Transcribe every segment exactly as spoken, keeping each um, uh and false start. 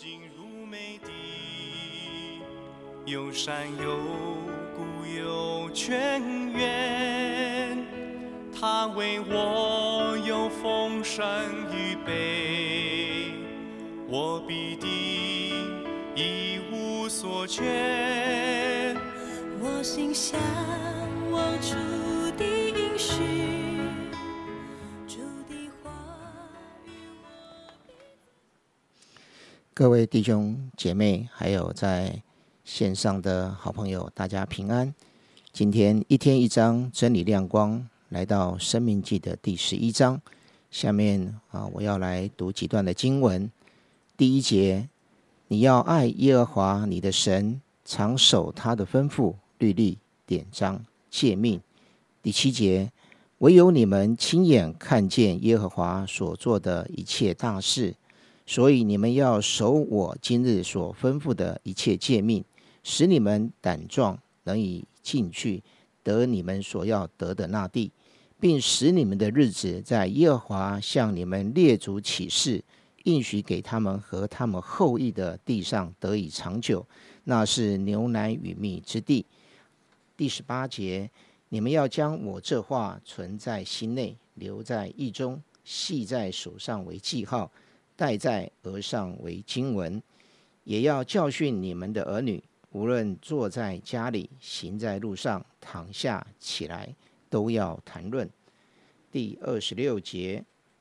有山有谷有泉源，他为我有丰盛预备，我必定一无所缺。 我心向往主的应许，主的话语我必。 各位弟兄姐妹，还有在线上的好朋友，大家平安。今天一天一章真理亮光，来到申命记的第十一章。下面啊，我要来读几段的经文。第一节，你要爱耶和华你的神，常守他的吩咐、律例、典章、诫命。第七节，唯有你们亲眼看见耶和华所做的一切大事，所以你们要守我今日所吩咐的一切诫命，使你们胆壮，能以进去得你们所要得的那地，并使你们的日子在耶和华向你们列祖起誓应许给他们和他们后裔的地上得以长久，那是牛奶与蜜之地。第十八节，你们要将我这话存在心内，留在意中，系在手上为记号，戴在额上为经文，也要教训你们的儿女，无论坐在家里，行在路上，躺下起来，都要谈论。第二十六节，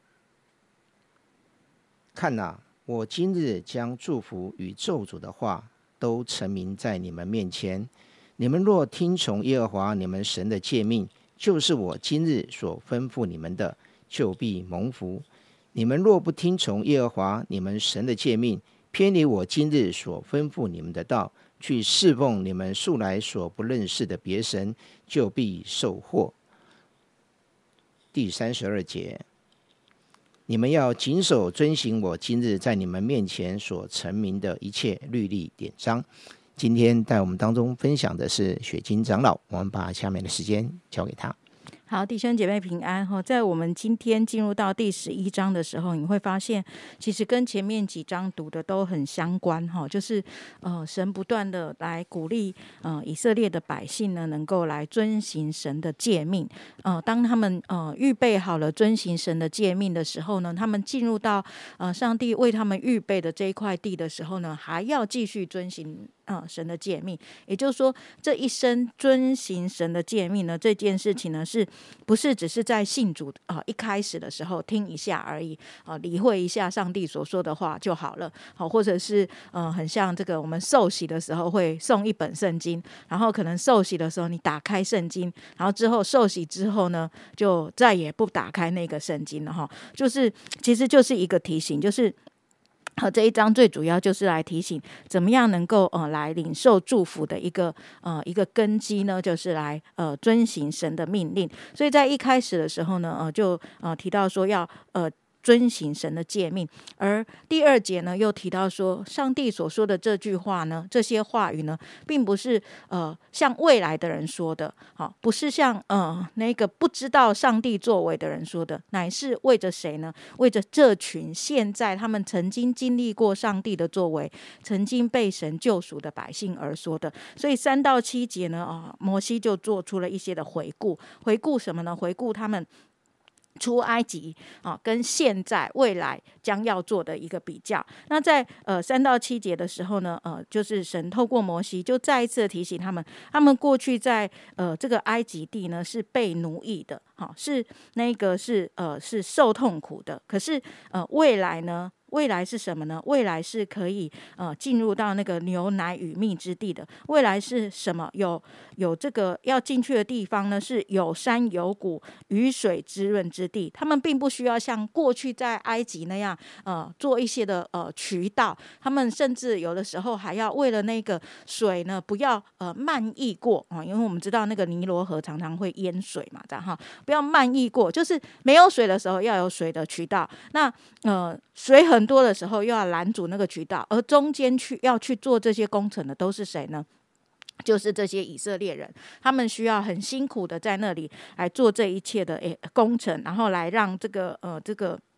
看哪，我今日将祝福与咒诅的话都陈明在你们面前。你们若听从耶和华你们神的诫命，就是我今日所吩咐你们的，就必蒙福。你们若不听从耶和华你们神的诫命，偏离我今日所吩咐你们的道，去侍奉你们素来所不认识的别神，就必受祸。第三十二节，你们要谨守遵行我今日在你们面前所陈明的一切律例典章。今天在我们当中分享的是雪晶长老，我们把下面的时间交给他。 好，弟兄姐妹平安。在我们今天进入到第十一章的时候，你会发现其实跟前面几章读的都很相关，就是呃神不断的来鼓励呃以色列的百姓呢，能够来遵行神的诫命。呃当他们呃预备好了遵行神的诫命的时候呢，他们进入到呃上帝为他们预备的这一块地的时候呢，还要继续遵行呃神的诫命。也就是说，这一生遵行神的诫命呢，这件事情呢，是不是只是在信主啊、呃、一开始的时候听一下而已啊、呃，理会一下上帝所说的话就好了，好、或者是呃很像这个我们受洗的时候会送一本圣经，然后可能受洗的时候你打开圣经，然后之后受洗之后呢，就再也不打开那个圣经了哈，就是其实就是一个提醒，就是。好，这一章最主要就是来提醒怎么样能够呃来领受祝福的一个呃一个根基呢，就是来呃遵行神的命令。所以在一开始的时候呢，呃就呃提到说要呃。遵行神的诫命，而第二节呢又提到说，上帝所说的这句话呢，这些话语呢，并不是呃向未来的人说的，好，不是向呃那个不知道上帝作为的人说的，乃是为着谁呢？为着这群现在他们曾经经历过上帝的作为，曾经被神救赎的百姓而说的。所以三到七节呢，啊、呃，摩西就做出了一些的回顾，回顾什么呢？回顾他们出埃及啊，跟现在未来将要做的一个比较。那在呃三到七节的时候呢，呃，就是神透过摩西就再一次的提醒他们，他们过去在呃这个埃及地呢是被奴役的，好、是那个是呃是受痛苦的。可是呃未来呢？未来是什么呢？未来是可以呃进入到那个牛奶与蜜之地的。未来是什么？有有这个要进去的地方呢，是有山有谷、雨水滋润之地。他们并不需要像过去在埃及那样呃做一些的呃渠道，他们甚至有的时候还要为了那个水呢不要呃漫溢过啊、呃，因为我们知道那个尼罗河常常会淹水嘛，这样哈，不要漫溢过，就是没有水的时候要有水的渠道。那呃水很多的时候又要拦阻那个渠道，而中间去要去做这些工程的都是谁呢？就是这些以色列人，他们需要很辛苦的在那里来做这一切的诶工程，然后来让这个呃这个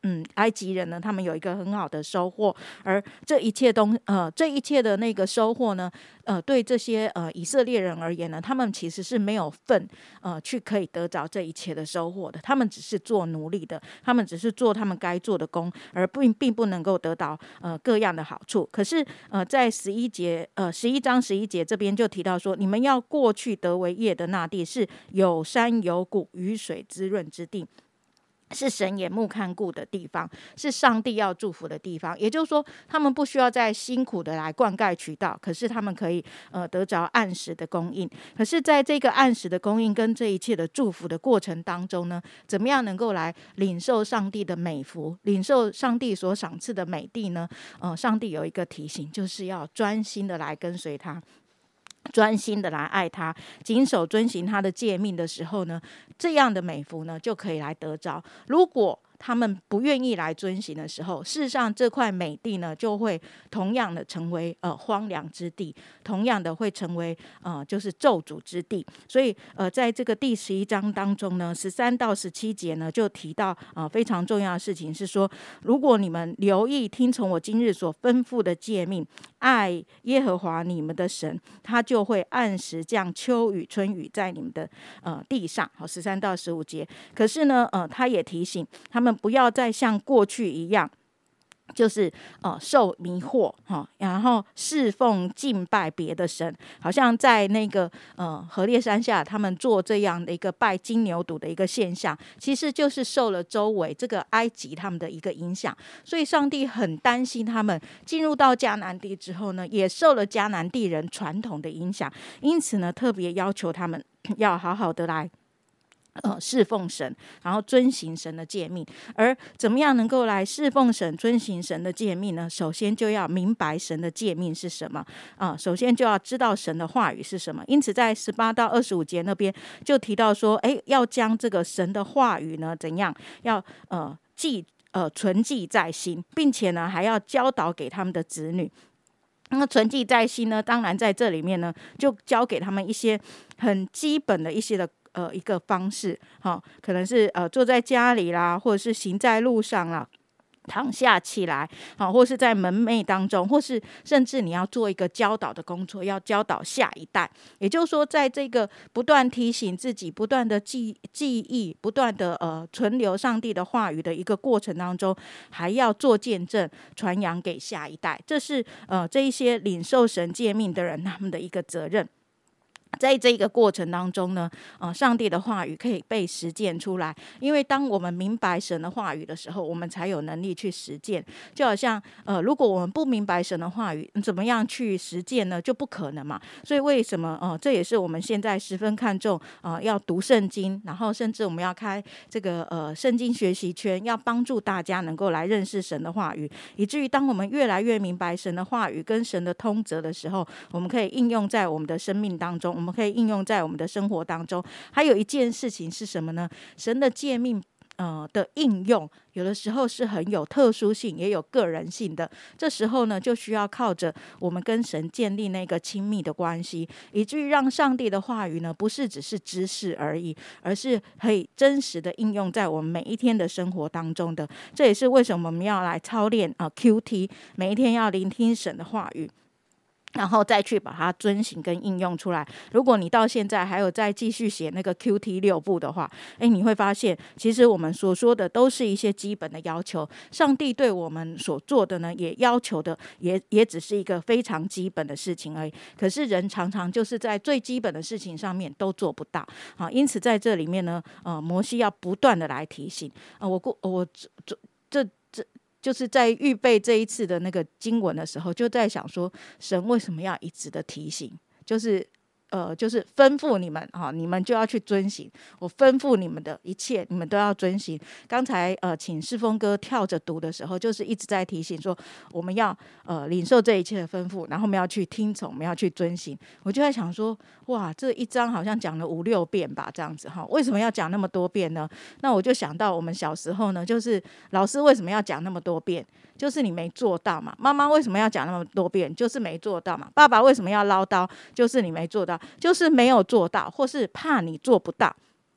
嗯，埃及人呢，他们有一个很好的收获，而这一切东呃，这一切的那个收获呢，呃，对这些呃以色列人而言呢，他们其实是没有份呃去可以得着这一切的收获的，他们只是做奴隶的，他们只是做他们该做的工，而并并不能够得到呃各样的好处。可是呃，在十一节呃十一章十一节这边就提到说，你们要过去得为业的那地，是有山有谷、雨水滋润之地。是神眼目看顾的地方，是上帝要祝福的地方。也就是说，他们不需要再辛苦的来灌溉渠道，可是他们可以呃得着按时的供应。可是在这个按时的供应跟这一切的祝福的过程当中呢，怎么样能够来领受上帝的美福，领受上帝所赏赐的美地呢？呃，上帝有一个提醒，就是要专心的来跟随他，专心的来爱他，谨守遵行他的诫命的时候呢，这样的美福呢就可以来得着。如果他们不愿意来遵行的时候，事实上这块美地呢就会同样的成为呃荒凉之地，同样的会成为呃就是咒诅之地。所以呃在这个第十一章当中呢，十三到十七节呢就提到呃非常重要的事情是说，如果你们留意听从我今日所吩咐的诫命，爱耶和华你们的神，他就会按时降秋雨春雨在你们的呃地上。好，十三到十五节。可是呢，呃，他也提醒他们不要再像过去一样，就是呃受迷惑哈、哦，然后侍奉敬拜别的神，好像在那个呃何烈山下，他们做这样的一个拜金牛犊的一个现象，其实就是受了周围这个埃及他们的一个影响。所以上帝很担心他们进入到迦南地之后呢，也受了迦南地人传统的影响，因此呢，特别要求他们要好好的来呃，侍奉神，然后遵行神的诫命。而怎么样能够来侍奉神、遵行神的诫命呢？首先就要明白神的诫命是什么啊、呃，首先就要知道神的话语是什么。因此，在十八到二十五节那边就提到说，哎，要将这个神的话语呢，怎样要呃记呃存记在心，并且呢，还要教导给他们的子女。那存记在心呢，当然在这里面呢，就教给他们一些很基本的一些的。呃，一个方式，好、哦，可能是呃坐在家里啦，或者是行在路上啦，躺下起来，好、哦，或是在门楣当中，或是甚至你要做一个教导的工作，要教导下一代。也就是说，在这个不断提醒自己、不断的记记忆、不断的呃存留上帝的话语的一个过程当中，还要做见证，传扬给下一代。这是呃这一些领受神诫命的人他们的一个责任。在这个过程当中呢，呃，上帝的话语可以被实践出来。因为当我们明白神的话语的时候，我们才有能力去实践。就好像呃，如果我们不明白神的话语，怎么样去实践呢？就不可能嘛。所以为什么呃，这也是我们现在十分看重呃，要读圣经，然后甚至我们要开这个呃圣经学习圈，要帮助大家能够来认识神的话语，以至于当我们越来越明白神的话语跟神的通则的时候，我们可以应用在我们的生命当中。我们可以应用在我们的生活当中。还有一件事情是什么呢？神的诫命呃的应用，有的时候是很有特殊性，也有个人性的。这时候呢，就需要靠着我们跟神建立那个亲密的关系，以至于让上帝的话语呢，不是只是知识而已，而是可以真实的应用在我们每一天的生活当中的。这也是为什么我们要来操练啊、呃、Q T， 每一天要聆听神的话语，然后再去把它遵行跟应用出来。如果你到现在还有再继续写那个 Q T 六步的话，哎，你会发现其实我们所说的都是一些基本的要求。上帝对我们所做的呢，也要求的也也只是一个非常基本的事情而已。可是人常常就是在最基本的事情上面都做不到啊，因此在这里面呢，呃，摩西要不断的来提醒啊、呃，我过我这这这。就是在预备这一次的那个经文的时候，就在想说，神为什么要一直的提醒？就是呃，就是吩咐你们啊，你们就要去遵行。我吩咐你们的一切，你们都要遵行。刚才呃，请世峰哥跳着读的时候，就是一直在提醒说，我们要呃领受这一切的吩咐，然后我们要去听从，我们要去遵行。我就在想说，哇，这一章好像讲了五六遍吧，这样子哈，为什么要讲那么多遍呢？那我就想到我们小时候呢，就是老师为什么要讲那么多遍？就是你没做到嘛。妈妈为什么要讲那么多遍？就是没做到嘛。爸爸为什么要唠叨？就是你没做到，就是没有做到，或是怕你做不到。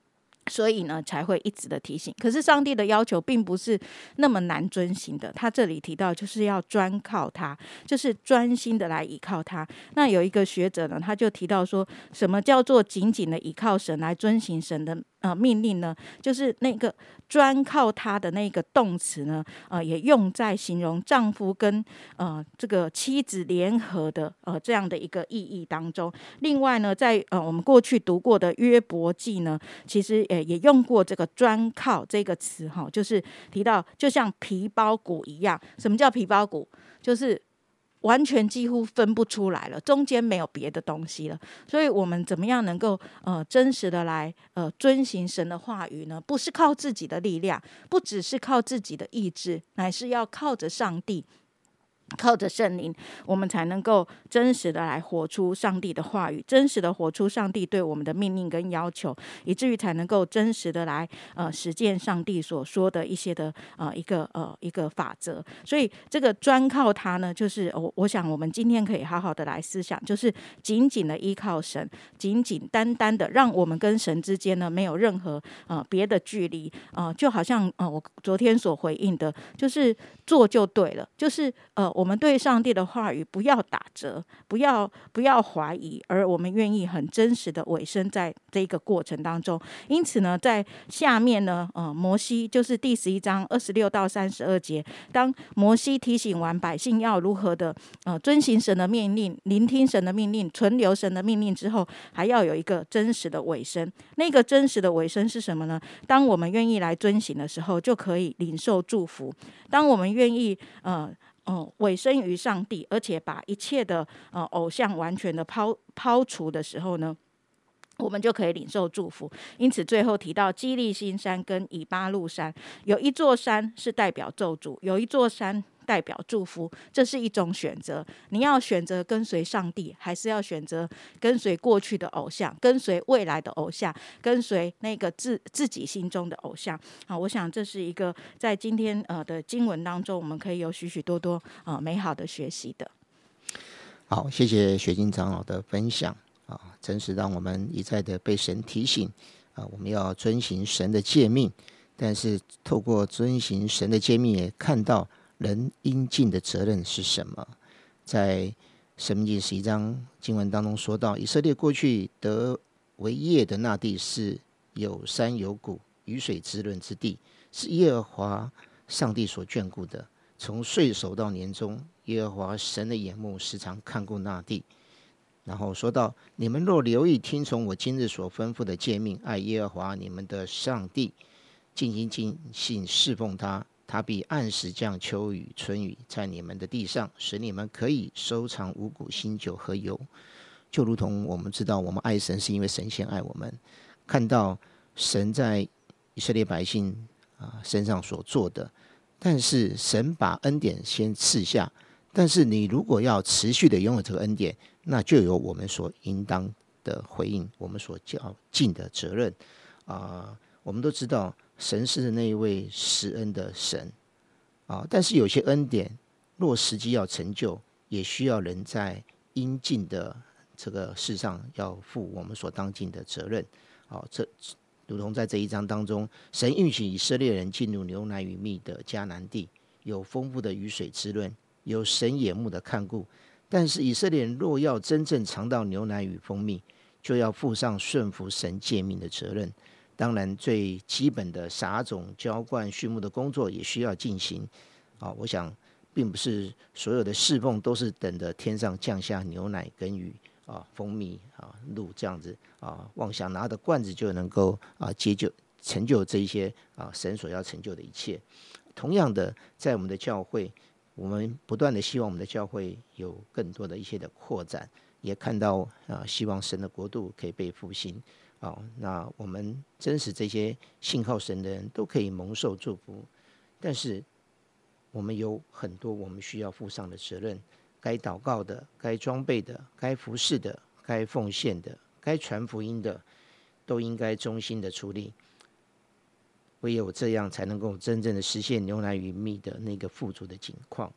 所以呢，才会一直的提醒。可是上帝的要求并不是那么难遵行的。他这里提到，就是要专靠他，就是专心的来依靠他。那有一个学者呢，他就提到说，什么叫做紧紧的依靠神来遵行神的呃命令呢？就是那个专靠他的那个动词呢，呃，也用在形容丈夫跟呃这个妻子联合的呃这样的一个意义当中。另外呢，在呃我们过去读过的约伯记呢，其实也也用过这个专靠这个词哈，就是提到就像皮包骨一样。什么叫皮包骨？就是完全几乎分不出来了，中间没有别的东西了。所以我们怎么样能够呃真实的来呃遵行神的话语呢？不是靠自己的力量，不只是靠自己的意志，乃是要靠着上帝，靠着圣灵，我们才能够真实的来活出上帝的话语，真实的活出上帝对我们的命令跟要求，以至于才能够真实的来呃实践上帝所说的一些的呃一个呃一个法则。所以这个专靠他呢，就是我、哦、我想我们今天可以好好的来思想，就是紧紧的依靠神，紧紧单单的让我们跟神之间呢没有任何呃别的距离，呃就好像呃我昨天所回应的，就是做就对了，就是呃。我们对上帝的话语不要打折，不要不要怀疑，而我们愿意很真实的委身在这个过程当中。因此呢，在下面呢，呃，摩西就是第十一章二十六到三十二节，当摩西提醒完百姓要如何的呃遵行神的命令，聆听神的命令，存留神的命令之后，还要有一个真实的委身。那个真实的委身是什么呢？当我们愿意来遵行的时候，就可以领受祝福。当我们愿意呃。哦，委身于上帝，而且把一切的呃偶像完全的抛抛除的时候呢，我们就可以领受祝福。因此最后提到基利心山跟以巴路山，有一座山是代表咒诅，有一座山代表祝福，这是一种选择。你要选择跟随上帝，还是要选择跟随过去的偶像，跟随未来的偶像，跟随那个自自己心中的偶像啊？我想这是一个在今天呃的经文当中，我们可以有许许多多呃美好的学习的。 好，谢谢雪晶长老的分享啊，真是让我们一再的被神提醒啊，我们要遵行神的诫命，但是透过遵行神的诫命，也看到人应尽的责任是什么。在申命记十一章经文当中说到，以色列过去得为业的那地是有山有谷，雨水滋润之地，是耶和华上帝所眷顾的。从岁首到年终，耶和华神的眼目时常看顾那地。然后说到，你们若留意听从我今日所吩咐的诫命，爱耶和华你们的上帝，尽心尽性侍奉他，他必按时降秋雨春雨在你们的地上，使你们可以收藏五谷新酒和油。就如同我们知道，我们爱神是因为神先爱我们，看到神在以色列百姓、啊、身上所做的，但是神把恩典先赐下，但是你如果要持续的拥有这个恩典，那就有我们所应当的回应，我们所要尽的责任、呃、我们都知道神是那一位施恩的神、啊、但是有些恩典若时机要成就，也需要人在应尽的这个事上要负我们所当尽的责任、啊、这如同在这一章当中，神允许以色列人进入牛奶与蜜的迦南地，有丰富的雨水滋润，有神眼目的看顾。但是以色列人若要真正尝到牛奶与蜂蜜，就要负上顺服神诫命的责任。当然最基本的撒种、浇灌、畜牧的工作也需要进行、啊、我想并不是所有的侍奉都是等着天上降下牛奶跟雨、啊、蜂蜜、啊、露这样子、啊、妄想拿着罐子就能够、啊、接就成就这一些、啊、神所要成就的一切。同样的，在我们的教会，我们不断的希望我们的教会有更多的一些的扩展，也看到、呃、希望神的国度可以被复兴、哦、那我们真实这些信靠神的人都可以蒙受祝福，但是我们有很多我们需要负上的责任，该祷告的，该装备的，该服侍的，该奉献的，该传福音的，都应该忠心的处理。唯有这样才能够真正的实现牛奶与蜜的那个富足的景况。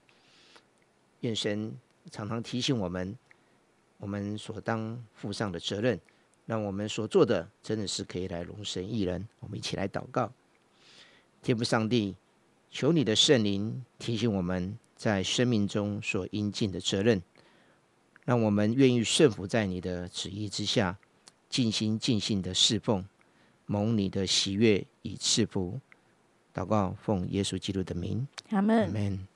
愿神常常提醒我们，我们所当负上的责任， 让我们所做的真的是可以来荣神益人。我们一起来祷告。天父上帝，求你的圣灵提醒我们在生命中所应尽的责任，让我们愿意顺服在你的旨意之下，尽心尽性的侍奉，蒙你的喜悦与赐福。祷告奉耶稣基督的名， 阿们。 阿们。